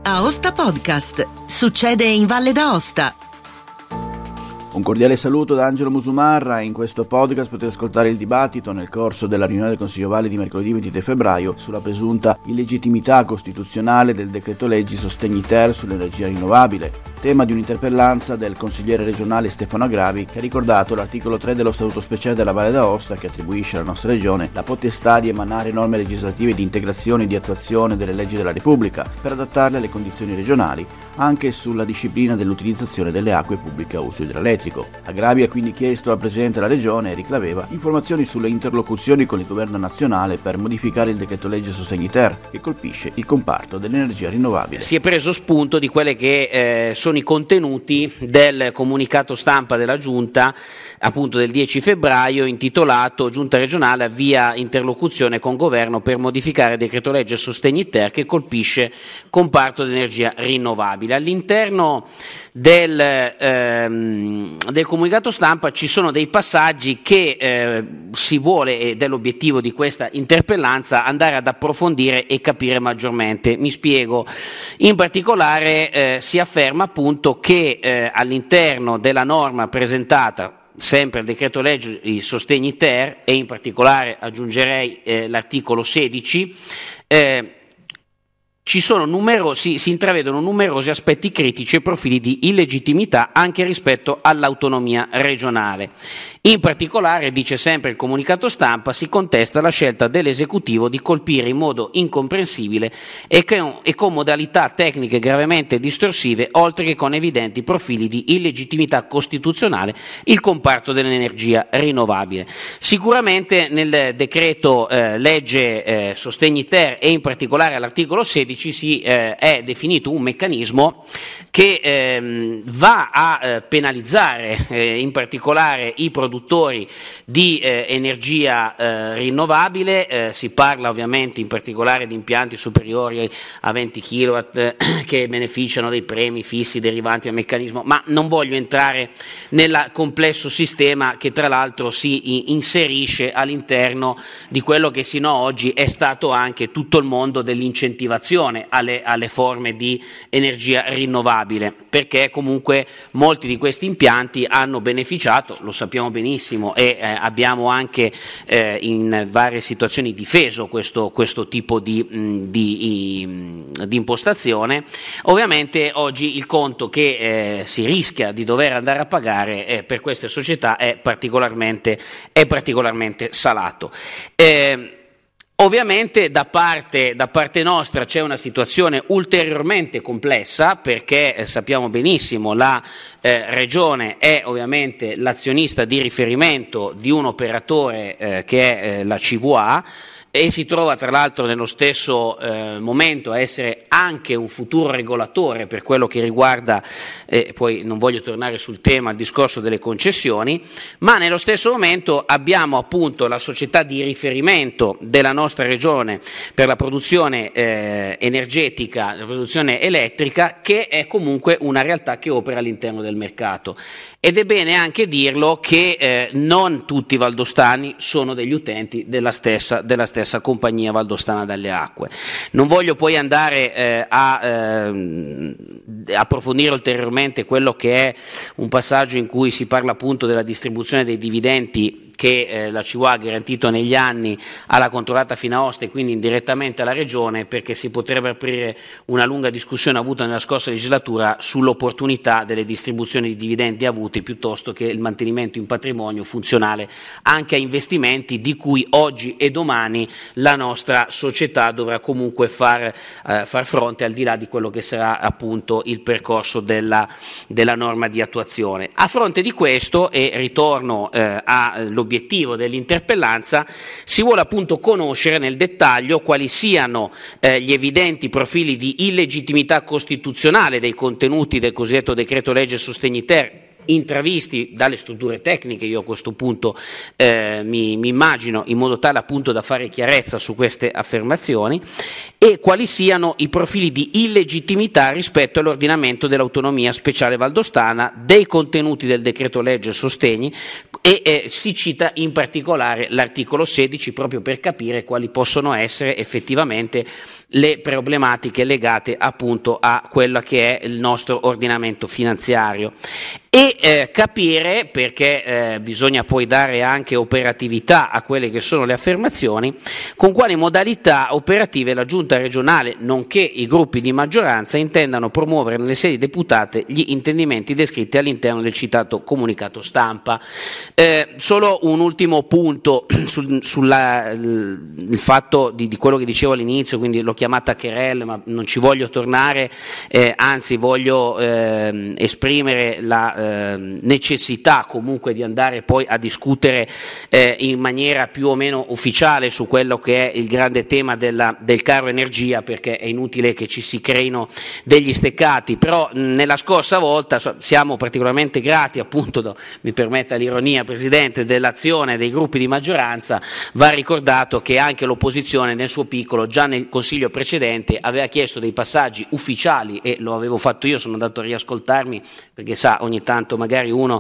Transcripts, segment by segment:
Aosta Podcast. Succede in Valle d'Aosta. Un cordiale saluto da Angelo Musumarra. In questo podcast potete ascoltare il dibattito nel corso della riunione del Consiglio Valle di mercoledì 23 febbraio sulla presunta illegittimità costituzionale del decreto leggi Sostegni-ter sull'energia rinnovabile, tema di un'interpellanza del consigliere regionale Stefano Agravi, che ha ricordato l'articolo 3 dello Statuto Speciale della Valle d'Aosta, che attribuisce alla nostra regione la potestà di emanare norme legislative di integrazione e di attuazione delle leggi della Repubblica per adattarle alle condizioni regionali, anche sulla disciplina dell'utilizzazione delle acque pubbliche a uso idroelettrico. Agravi ha quindi chiesto al Presidente della Regione, Eric Laveva, informazioni sulle interlocuzioni con il Governo nazionale per modificare il decreto legge Sostegni-ter, che colpisce il comparto dell'energia rinnovabile. Si è preso spunto di quelle che sono i contenuti del comunicato stampa della Giunta, appunto del 10 febbraio, intitolato Giunta regionale avvia interlocuzione con Governo per modificare il decreto legge Sostegni-ter che colpisce comparto dell'energia rinnovabile. All'interno del comunicato stampa ci sono dei passaggi che si vuole, ed è l'obiettivo di questa interpellanza, andare ad approfondire e capire maggiormente. Mi spiego. In particolare si afferma appunto che all'interno della norma presentata, sempre il decreto legge di Sostegni-ter, e in particolare aggiungerei l'articolo 16, si intravedono numerosi aspetti critici e profili di illegittimità anche rispetto all'autonomia regionale. In particolare, dice sempre il comunicato stampa, si contesta la scelta dell'esecutivo di colpire in modo incomprensibile e con modalità tecniche gravemente distorsive, oltre che con evidenti profili di illegittimità costituzionale, il comparto dell'energia rinnovabile. Sicuramente nel decreto legge Sostegni-ter e in particolare all'articolo 16 è definito un meccanismo che va a penalizzare in particolare i produttori di energia rinnovabile. Si parla ovviamente in particolare di impianti superiori a 20 kW che beneficiano dei premi fissi derivanti dal meccanismo, ma non voglio entrare nel complesso sistema che tra l'altro si inserisce all'interno di quello che sino ad oggi è stato anche tutto il mondo dell'incentivazione alle forme di energia rinnovabile, perché comunque molti di questi impianti hanno beneficiato, lo sappiamo benissimo, e abbiamo anche in varie situazioni difeso questo tipo di impostazione. Ovviamente oggi il conto che si rischia di dover andare a pagare per queste società è particolarmente salato. Ovviamente da parte nostra c'è una situazione ulteriormente complessa, perché sappiamo benissimo la Regione è ovviamente l'azionista di riferimento di un operatore che è la CVA, e si trova tra l'altro nello stesso momento a essere anche un futuro regolatore per quello che riguarda, poi non voglio tornare sul tema, il discorso delle concessioni, ma nello stesso momento abbiamo appunto la società di riferimento della nostra regione per la produzione energetica, la produzione elettrica, che è comunque una realtà che opera all'interno del mercato. Ed è bene anche dirlo che non tutti i valdostani sono degli utenti della stessa compagnia valdostana dalle acque. Non voglio poi andare a approfondire ulteriormente quello che è un passaggio in cui si parla appunto della distribuzione dei dividendi che la CVA ha garantito negli anni alla controllata Finaosta e quindi indirettamente alla Regione, perché si potrebbe aprire una lunga discussione avuta nella scorsa legislatura sull'opportunità delle distribuzioni di dividendi avuti piuttosto che il mantenimento in patrimonio funzionale anche a investimenti di cui oggi e domani la nostra società dovrà comunque far fronte, al di là di quello che sarà appunto il percorso della norma di attuazione. A fronte di questo, e ritorno all'obiettivo dell'interpellanza, si vuole appunto conoscere nel dettaglio quali siano gli evidenti profili di illegittimità costituzionale dei contenuti del cosiddetto decreto legge Sostegni-ter intravisti dalle strutture tecniche, io a questo punto mi immagino, in modo tale appunto da fare chiarezza su queste affermazioni, e quali siano i profili di illegittimità rispetto all'ordinamento dell'autonomia speciale valdostana, dei contenuti del decreto legge sostegni, e si cita in particolare l'articolo 16 proprio per capire quali possono essere effettivamente le problematiche legate appunto a quello che è il nostro ordinamento finanziario, e capire, perché bisogna poi dare anche operatività a quelle che sono le affermazioni, con quali modalità operative la Giunta regionale, nonché i gruppi di maggioranza, intendano promuovere nelle sedi deputate gli intendimenti descritti all'interno del citato comunicato stampa. Solo un ultimo punto sul fatto di quello che dicevo all'inizio, quindi l'ho chiamata querelle, ma non ci voglio tornare, anzi voglio esprimere la necessità comunque di andare poi a discutere in maniera più o meno ufficiale su quello che è il grande tema del caro energia, perché è inutile che ci si creino degli steccati. Però nella scorsa volta siamo particolarmente grati, appunto, mi permetta l'ironia Presidente, dell'azione dei gruppi di maggioranza. Va ricordato che anche l'opposizione nel suo piccolo già nel Consiglio precedente aveva chiesto dei passaggi ufficiali, e lo avevo fatto io, sono andato a riascoltarmi perché sa, ogni tanto magari uno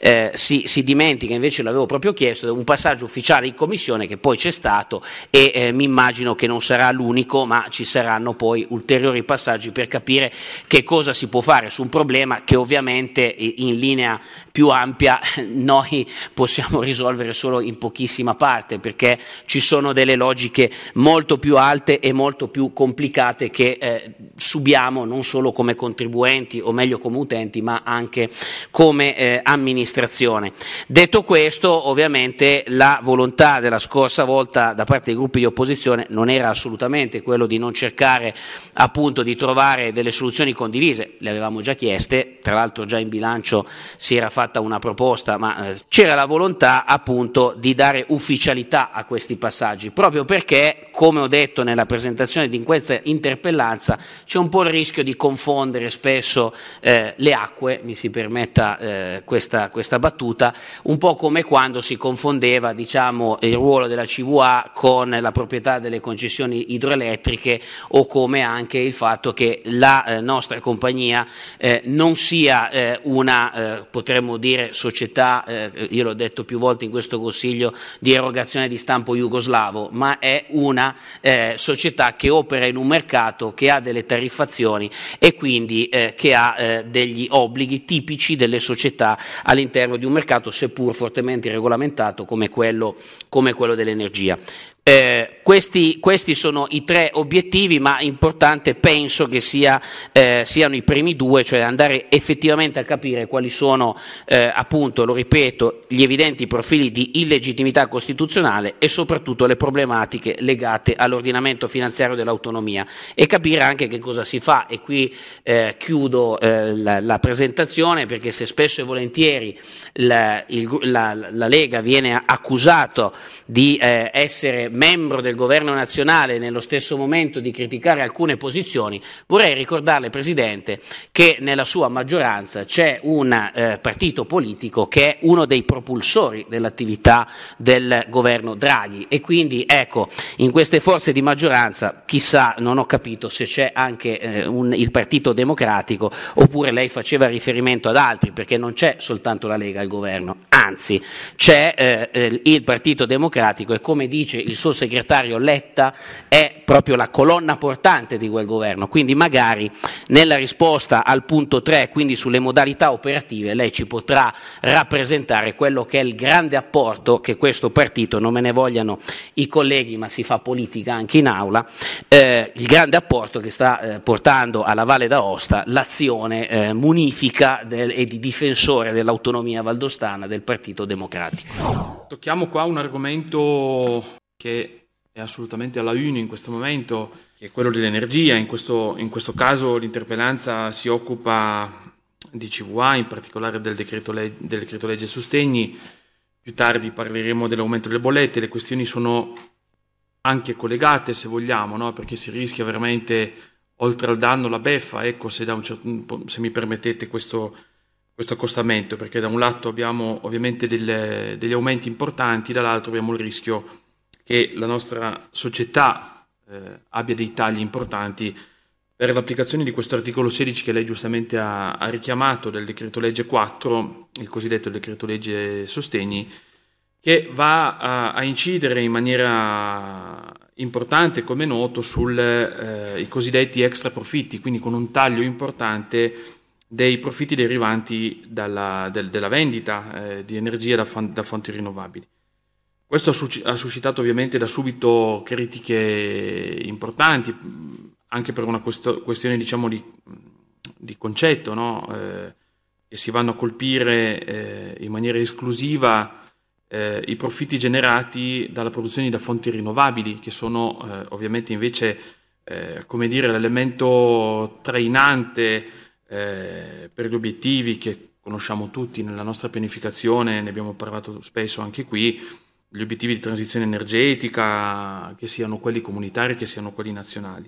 si dimentica, invece l'avevo proprio chiesto, un passaggio ufficiale in commissione che poi c'è stato, e mi immagino che non sarà l'unico, ma ci saranno poi ulteriori passaggi per capire che cosa si può fare su un problema che ovviamente in linea più ampia noi possiamo risolvere solo in pochissima parte, perché ci sono delle logiche molto più alte e molto più complicate che subiamo non solo come contribuenti, o meglio come utenti, ma anche come amministrazione. Detto questo, ovviamente la volontà della scorsa volta da parte dei gruppi di opposizione non era assolutamente quello di non cercare appunto di trovare delle soluzioni condivise, le avevamo già chieste, tra l'altro già in bilancio si era fatta una proposta, ma c'era la volontà appunto di dare ufficialità a questi passaggi, proprio perché, come ho detto nella presentazione di questa interpellanza, c'è un po' il rischio di confondere spesso le acque, mi si permetta questa battuta, un po' come quando si confondeva, diciamo, il ruolo della CVA con la proprietà delle concessioni idroelettriche, o come anche il fatto che la nostra compagnia non sia una, potremmo dire, società, io l'ho detto più volte in questo Consiglio, di erogazione di stampo jugoslavo, ma è una società che opera in un mercato, che ha delle tariffazioni e quindi che ha degli obblighi tipici delle società all'interno di un mercato seppur fortemente regolamentato come quello dell'energia. Questi sono i tre obiettivi, ma importante penso che siano i primi due, cioè andare effettivamente a capire quali sono appunto, lo ripeto, gli evidenti profili di illegittimità costituzionale e soprattutto le problematiche legate all'ordinamento finanziario dell'autonomia, e capire anche che cosa si fa. E qui chiudo la presentazione, perché se spesso e volentieri la Lega viene accusato di essere membro del governo nazionale, nello stesso momento di criticare alcune posizioni, vorrei ricordarle, Presidente, che nella sua maggioranza c'è un partito politico che è uno dei propulsori dell'attività del governo Draghi, e quindi ecco, in queste forze di maggioranza chissà, non ho capito se c'è anche il Partito Democratico, oppure lei faceva riferimento ad altri, perché non c'è soltanto la Lega al governo, anzi c'è il Partito Democratico, e come dice il suo segretario Letta è proprio la colonna portante di quel governo. Quindi magari nella risposta al punto 3, quindi sulle modalità operative, lei ci potrà rappresentare quello che è il grande apporto che questo partito, non me ne vogliano i colleghi, ma si fa politica anche in aula, il grande apporto che sta portando alla Valle d'Aosta l'azione munifica e di difensore dell'autonomia valdostana del Partito Democratico. Tocchiamo qua un argomento che è assolutamente alla une in questo momento, che è quello dell'energia. In questo caso l'interpellanza si occupa di CVA, in particolare del decreto legge sostegni. Più tardi parleremo dell'aumento delle bollette. Le questioni sono anche collegate, se vogliamo, no? Perché si rischia veramente, oltre al danno, la beffa. Ecco, se mi permettete questo accostamento, perché da un lato abbiamo ovviamente degli aumenti importanti, dall'altro abbiamo il rischio che la nostra società abbia dei tagli importanti per l'applicazione di questo articolo 16 che lei giustamente ha richiamato, del decreto legge 4, il cosiddetto decreto legge sostegni, che va a incidere in maniera importante, come noto, sui cosiddetti extra profitti, quindi con un taglio importante dei profitti derivanti della vendita di energia da fonti rinnovabili. Questo ha suscitato ovviamente da subito critiche importanti, anche per una questione diciamo di concetto, no? Che si vanno a colpire in maniera esclusiva i profitti generati dalla produzione da fonti rinnovabili, che sono ovviamente invece l'elemento trainante per gli obiettivi che conosciamo tutti nella nostra pianificazione, ne abbiamo parlato spesso anche qui, gli obiettivi di transizione energetica, che siano quelli comunitari, che siano quelli nazionali.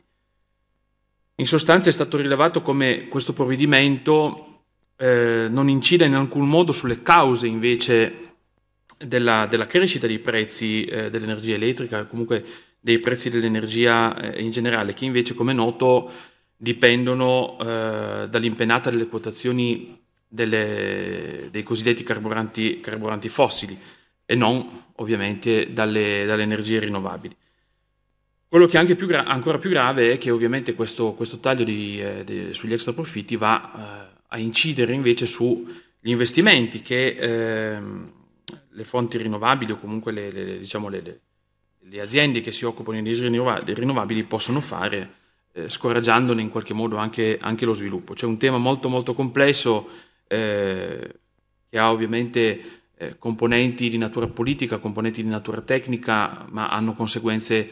In sostanza è stato rilevato come questo provvedimento non incida in alcun modo sulle cause invece della crescita dei prezzi dell'energia elettrica, comunque dei prezzi dell'energia in generale, che invece, come noto, dipendono dall'impennata delle quotazioni dei cosiddetti carburanti fossili e non ovviamente dalle energie rinnovabili. Quello che è anche ancora più grave è che ovviamente questo taglio sugli extra profitti va a incidere invece sugli investimenti che le fonti rinnovabili o comunque le aziende che si occupano di energie rinnovabili possono fare, scoraggiandone in qualche modo anche lo sviluppo. C'è un tema molto molto complesso che ha ovviamente componenti di natura politica, componenti di natura tecnica, ma hanno conseguenze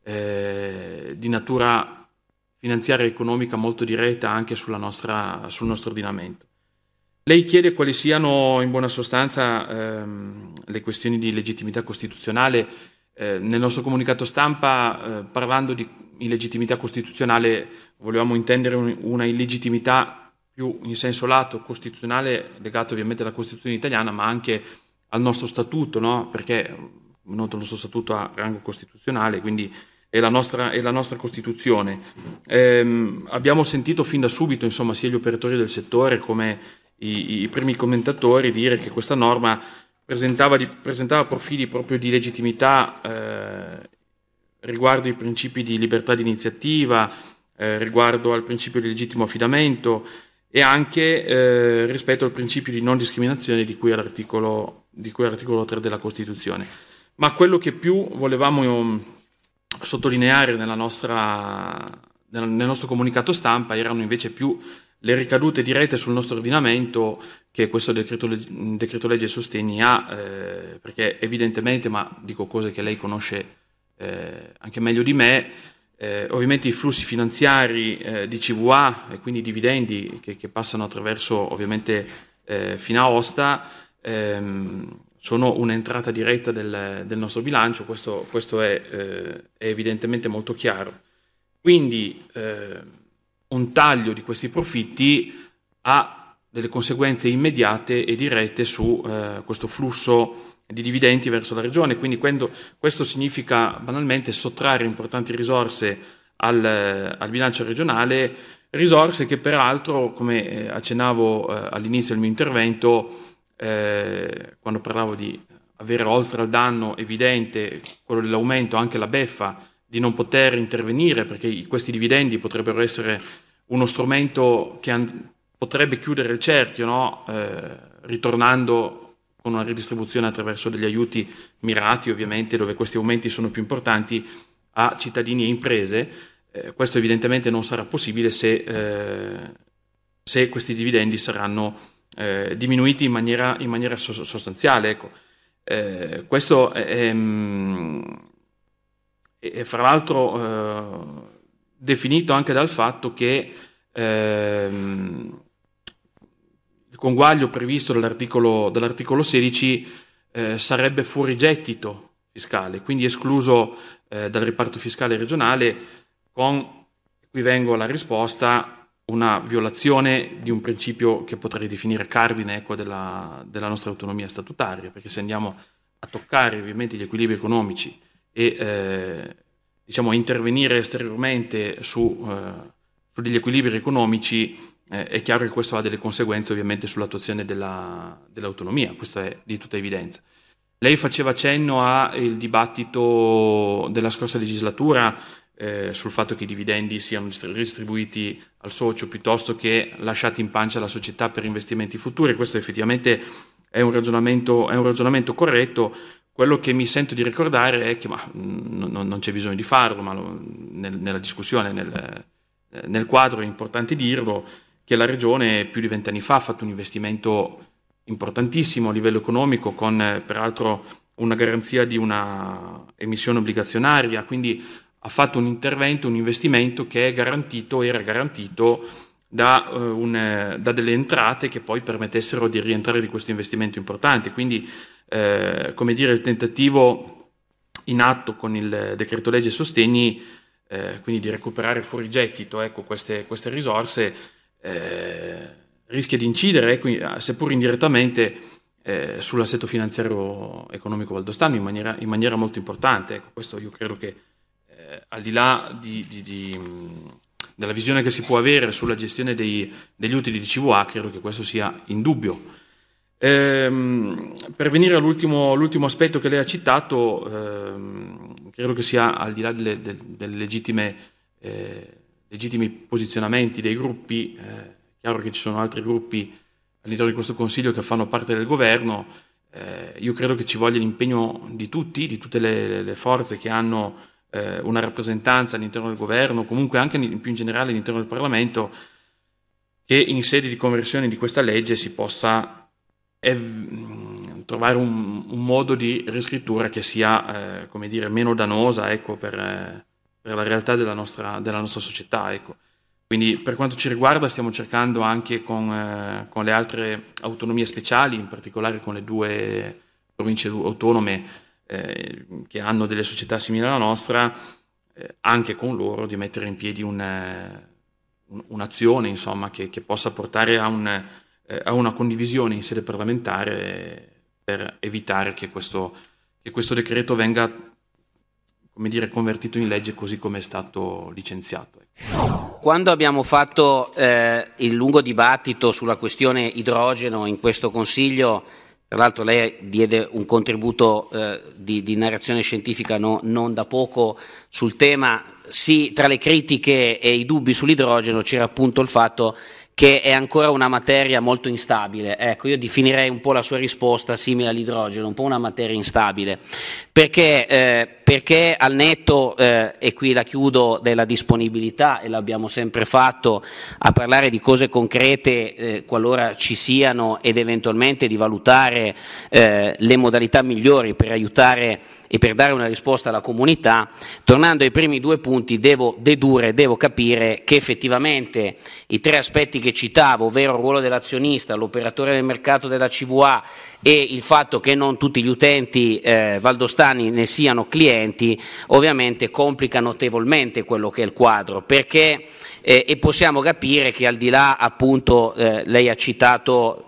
di natura finanziaria e economica molto diretta anche sul nostro ordinamento. Lei chiede quali siano in buona sostanza le questioni di legittimità costituzionale. Nel nostro comunicato stampa, parlando di illegittimità costituzionale, volevamo intendere una illegittimità più in senso lato costituzionale, legato ovviamente alla Costituzione italiana, ma anche al nostro statuto, no? Perché il nostro statuto ha rango costituzionale, quindi è la nostra Costituzione. Abbiamo sentito fin da subito, insomma, sia gli operatori del settore come i primi commentatori dire che questa norma presentava profili proprio di legittimità riguardo ai principi di libertà di iniziativa, riguardo al principio di legittimo affidamento e anche rispetto al principio di non discriminazione di cui all'articolo 3 della Costituzione. Ma quello che più volevamo sottolineare nel nostro comunicato stampa erano invece più le ricadute dirette sul nostro ordinamento che questo decreto legge sostegni ha, perché evidentemente, ma dico cose che lei conosce anche meglio di me, ovviamente i flussi finanziari di CVA e quindi i dividendi che passano attraverso ovviamente Fina Osta sono un'entrata diretta del nostro bilancio, questo è evidentemente molto chiaro. Quindi un taglio di questi profitti ha delle conseguenze immediate e dirette su questo flusso di dividendi verso la regione, quindi questo significa banalmente sottrarre importanti risorse al bilancio regionale, risorse che peraltro, come accennavo all'inizio del mio intervento, quando parlavo di avere oltre al danno evidente quello dell'aumento anche la beffa di non poter intervenire, perché questi dividendi potrebbero essere uno strumento che potrebbe chiudere il cerchio, no? Ritornando con una ridistribuzione attraverso degli aiuti mirati, ovviamente, dove questi aumenti sono più importanti a cittadini e imprese. Questo evidentemente non sarà possibile se questi dividendi saranno diminuiti in maniera sostanziale. Ecco. Questo è fra l'altro definito anche dal fatto che il conguaglio previsto dall'articolo 16 sarebbe fuori gettito fiscale, quindi escluso dal riparto fiscale regionale, qui vengo alla risposta, una violazione di un principio che potrei definire cardine, ecco, della nostra autonomia statutaria, perché se andiamo a toccare ovviamente gli equilibri economici e diciamo intervenire esteriormente su degli equilibri economici, è chiaro che questo ha delle conseguenze ovviamente sull'attuazione dell'autonomia, questo è di tutta evidenza. Lei faceva cenno al dibattito della scorsa legislatura sul fatto che i dividendi siano distribuiti al socio piuttosto che lasciati in pancia alla società per investimenti futuri. Questo effettivamente è un ragionamento corretto. Quello che mi sento di ricordare è che non c'è bisogno di farlo, ma nella discussione, nel quadro è importante dirlo, che la Regione più di 20 anni fa ha fatto un investimento importantissimo a livello economico, con peraltro una garanzia di una emissione obbligazionaria, quindi ha fatto un intervento, un investimento che era garantito da delle entrate che poi permettessero di rientrare di questo investimento importante. Quindi il tentativo in atto con il decreto legge sostegni, quindi di recuperare fuori gettito, ecco, queste risorse, rischia di incidere, seppur indirettamente, sull'assetto finanziario economico valdostano in maniera molto importante. Ecco, questo io credo che al di là della visione che si può avere sulla gestione degli utili di CVA, credo che questo sia indubbio. Per venire all'ultimo aspetto che lei ha citato, credo che sia al di là delle legittimi posizionamenti dei gruppi, chiaro che ci sono altri gruppi all'interno di questo Consiglio che fanno parte del governo. Io credo che ci voglia l'impegno di tutte le forze che hanno una rappresentanza all'interno del governo, comunque anche più in generale all'interno del Parlamento, che in sede di conversione di questa legge si possa trovare un modo di riscrittura che sia meno dannosa, ecco, per la realtà della nostra società, ecco. Quindi per quanto ci riguarda stiamo cercando anche con le altre autonomie speciali, in particolare con le 2 province autonome che hanno delle società simili alla nostra, anche con loro di mettere in piedi un'azione, insomma, che possa portare a una condivisione in sede parlamentare per evitare che questo decreto venga, convertito in legge così come è stato licenziato. Quando abbiamo fatto il lungo dibattito sulla questione idrogeno in questo Consiglio, tra l'altro lei diede un contributo di narrazione scientifica non da poco sul tema, sì, tra le critiche e i dubbi sull'idrogeno c'era appunto il fatto che è ancora una materia molto instabile. Ecco, io definirei un po' la sua risposta simile all'idrogeno, un po' una materia instabile, perché al netto, e qui la chiudo, della disponibilità, e l'abbiamo sempre fatto, a parlare di cose concrete qualora ci siano, ed eventualmente di valutare le modalità migliori per aiutare e per dare una risposta alla comunità, tornando ai primi 2 punti, devo capire che effettivamente i 3 aspetti che citavo, ovvero il ruolo dell'azionista, l'operatore del mercato della CVA e il fatto che non tutti gli utenti valdostani ne siano clienti, ovviamente complica notevolmente quello che è il quadro, perché e possiamo capire che al di là, appunto, lei ha citato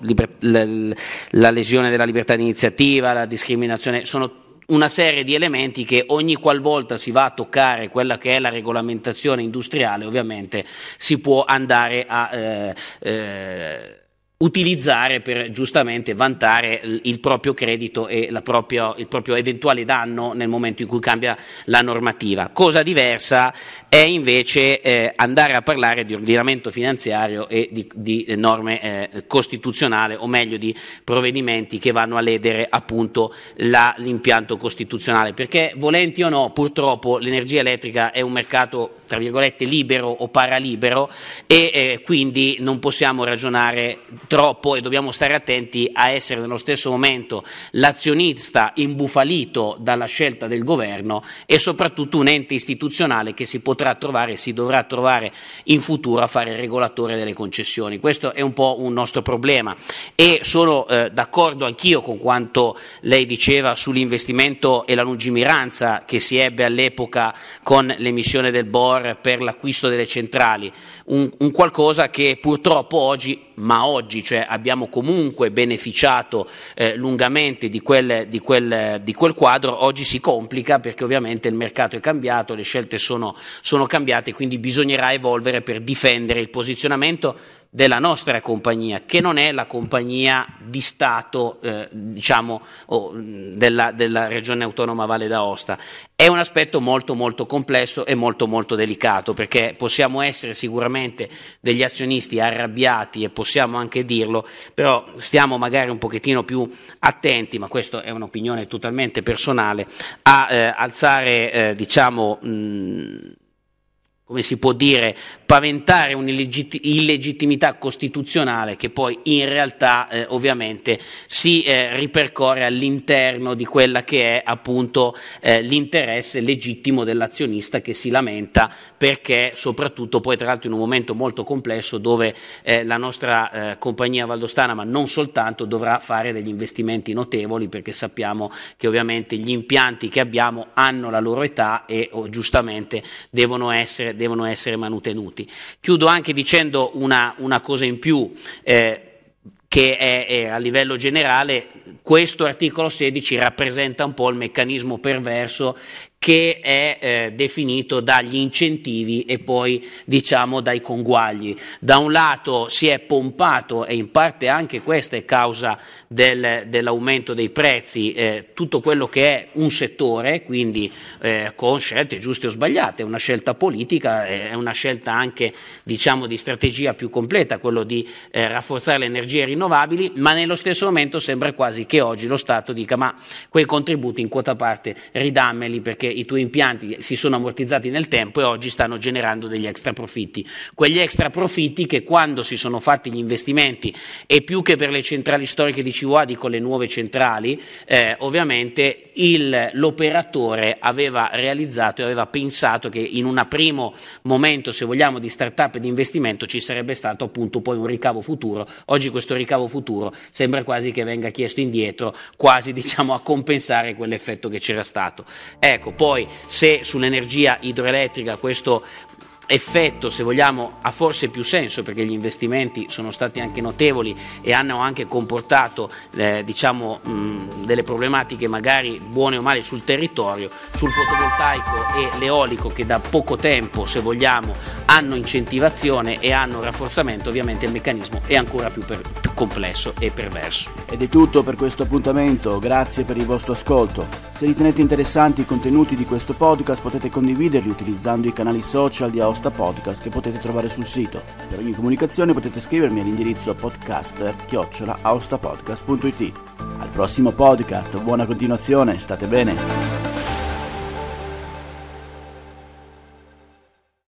la lesione della libertà di iniziativa, la discriminazione, sono una serie di elementi che ogni qualvolta si va a toccare quella che è la regolamentazione industriale, ovviamente si può andare a utilizzare per giustamente vantare il proprio credito e il proprio eventuale danno nel momento in cui cambia la normativa. Cosa diversa è invece andare a parlare di ordinamento finanziario e di norme costituzionali, o meglio di provvedimenti che vanno a ledere appunto l'impianto costituzionale, perché volenti o no purtroppo l'energia elettrica è un mercato tra virgolette libero o paralibero, e quindi non possiamo ragionare troppo e dobbiamo stare attenti a essere nello stesso momento l'azionista imbufalito dalla scelta del governo e soprattutto un ente istituzionale che si potrà trovare e si dovrà trovare in futuro a fare il regolatore delle concessioni. Questo è un po' un nostro problema e sono d'accordo anch'io con quanto lei diceva sull'investimento e la lungimiranza che si ebbe all'epoca con l'emissione del BOR per l'acquisto delle centrali, un qualcosa che purtroppo oggi, cioè abbiamo comunque beneficiato lungamente di quel quadro, oggi si complica perché ovviamente il mercato è cambiato, le scelte sono cambiate, quindi bisognerà evolvere per difendere il posizionamento della nostra compagnia, che non è la compagnia di Stato della Regione Autonoma Valle d'Aosta. È un aspetto molto molto complesso e molto molto delicato, perché possiamo essere sicuramente degli azionisti arrabbiati e possiamo anche dirlo, però stiamo magari un pochettino più attenti, ma questa è un'opinione totalmente personale, a alzare come si può dire, paventare un'illegittimità costituzionale che poi in realtà ovviamente si ripercorre all'interno di quella che è appunto l'interesse legittimo dell'azionista che si lamenta perché soprattutto poi tra l'altro in un momento molto complesso dove la nostra compagnia valdostana, ma non soltanto, dovrà fare degli investimenti notevoli perché sappiamo che ovviamente gli impianti che abbiamo hanno la loro età e giustamente devono essere manutenuti. Chiudo anche dicendo una cosa in più che è a livello generale. Questo articolo 16 rappresenta un po' il meccanismo perverso che è definito dagli incentivi e poi dai conguagli. Da un lato si è pompato, e in parte anche questa è causa dell'aumento dei prezzi, tutto quello che è un settore, quindi con scelte giuste o sbagliate, è una scelta politica, è una scelta anche di strategia più completa, quello di rafforzare le energie rinnovabili, ma nello stesso momento sembra quasi che oggi lo Stato dica ma quei contributi in quota parte ridammeli perché i tuoi impianti si sono ammortizzati nel tempo e oggi stanno generando degli extra profitti. Quegli extra profitti che quando si sono fatti gli investimenti e più che per le centrali storiche di CVA dico le nuove centrali, ovviamente l'operatore aveva realizzato e aveva pensato che in un primo momento, se vogliamo, di startup e di investimento ci sarebbe stato appunto poi un ricavo futuro. Oggi questo ricavo futuro sembra quasi che venga chiesto indietro, quasi a compensare quell'effetto che c'era stato. Ecco, poi se sull'energia idroelettrica questo effetto, se vogliamo, ha forse più senso perché gli investimenti sono stati anche notevoli e hanno anche comportato delle problematiche magari buone o male sul territorio. Sul fotovoltaico e l'eolico, che da poco tempo, se vogliamo, hanno incentivazione e hanno rafforzamento, ovviamente il meccanismo è ancora più complesso e perverso. Ed è tutto per questo appuntamento, grazie per il vostro ascolto. Se ritenete interessanti i contenuti di questo podcast potete condividerli utilizzando i canali social di Aosta Podcast che potete trovare sul sito. Per ogni comunicazione potete scrivermi all'indirizzo podcaster@aostapodcast.it. Al prossimo podcast, buona continuazione, state bene!